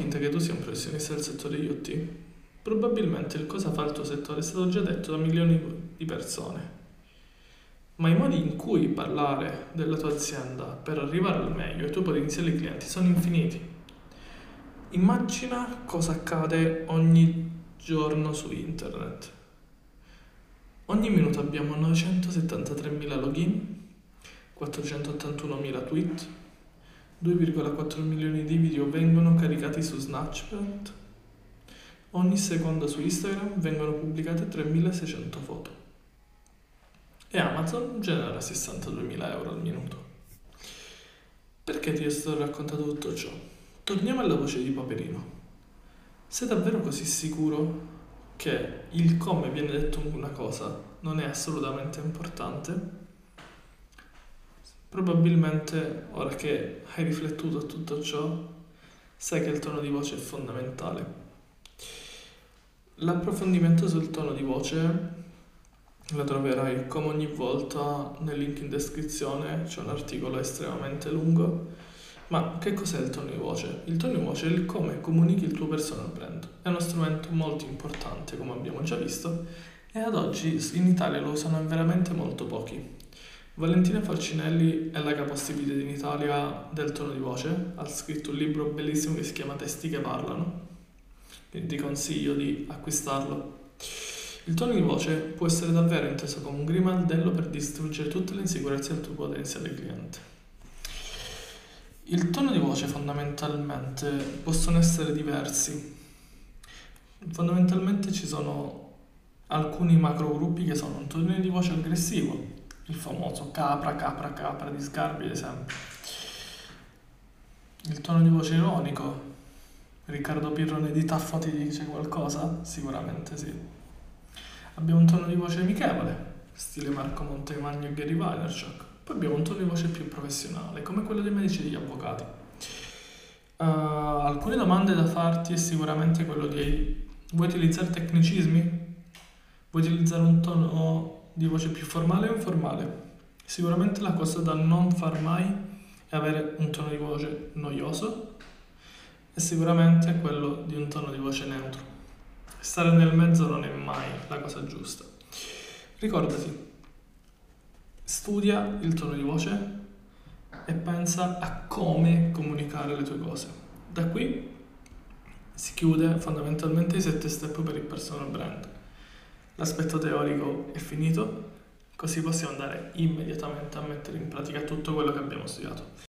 finta che tu sia un professionista del settore IoT, probabilmente il cosa fa il tuo settore è stato già detto da milioni di persone. Ma i modi in cui parlare della tua azienda per arrivare al meglio ai tuoi potenziali clienti sono infiniti. Immagina cosa accade ogni giorno su internet. Ogni minuto abbiamo 973.000 login, 481.000 tweet, 2,4 milioni di video vengono caricati su Snapchat, ogni secondo su Instagram vengono pubblicate 3.600 foto e Amazon genera 62.000 euro al minuto. Perché ti sto raccontando tutto ciò? Torniamo alla voce di Paperino. Sei davvero così sicuro che il come viene detto una cosa non è assolutamente importante? Probabilmente, ora che hai riflettuto a tutto ciò, sai che il tono di voce è fondamentale. L'approfondimento sul tono di voce la troverai come ogni volta nel link in descrizione, c'è un articolo estremamente lungo. Ma che cos'è il tono di voce? Il tono di voce è il come comunichi il tuo personal brand. È uno strumento molto importante, come abbiamo già visto, e ad oggi in Italia lo usano veramente molto pochi. Valentina Falcinelli è la capostipite in Italia del tono di voce, ha scritto un libro bellissimo che si chiama Testi che parlano, quindi ti consiglio di acquistarlo. Il tono di voce può essere davvero inteso come un grimaldello per distruggere tutte le insicurezze del tuo potenziale cliente. Il tono di voce fondamentalmente possono essere diversi. Fondamentalmente ci sono alcuni macrogruppi che sono un tono di voce aggressivo, il famoso capra di Sgarbi ad esempio. Il tono di voce ironico, Riccardo Pirrone di Taffa ti dice qualcosa? Sicuramente sì. Abbiamo un tono di voce amichevole, stile Marco Montemagno e Gary Vaynerchuk. Poi abbiamo un tono di voce più professionale, come quello dei medici e degli avvocati. Alcune domande da farti è sicuramente quello di: vuoi utilizzare tecnicismi? Vuoi utilizzare un tono di voce più formale o informale? Sicuramente la cosa da non far mai è avere un tono di voce noioso e sicuramente quello di un tono di voce neutro. Stare nel mezzo non è mai la cosa giusta. Ricordati, studia il tono di voce e pensa a come comunicare le tue cose. Da qui si chiude fondamentalmente i 7 step per il personal brand. L'aspetto teorico è finito, così possiamo andare immediatamente a mettere in pratica tutto quello che abbiamo studiato.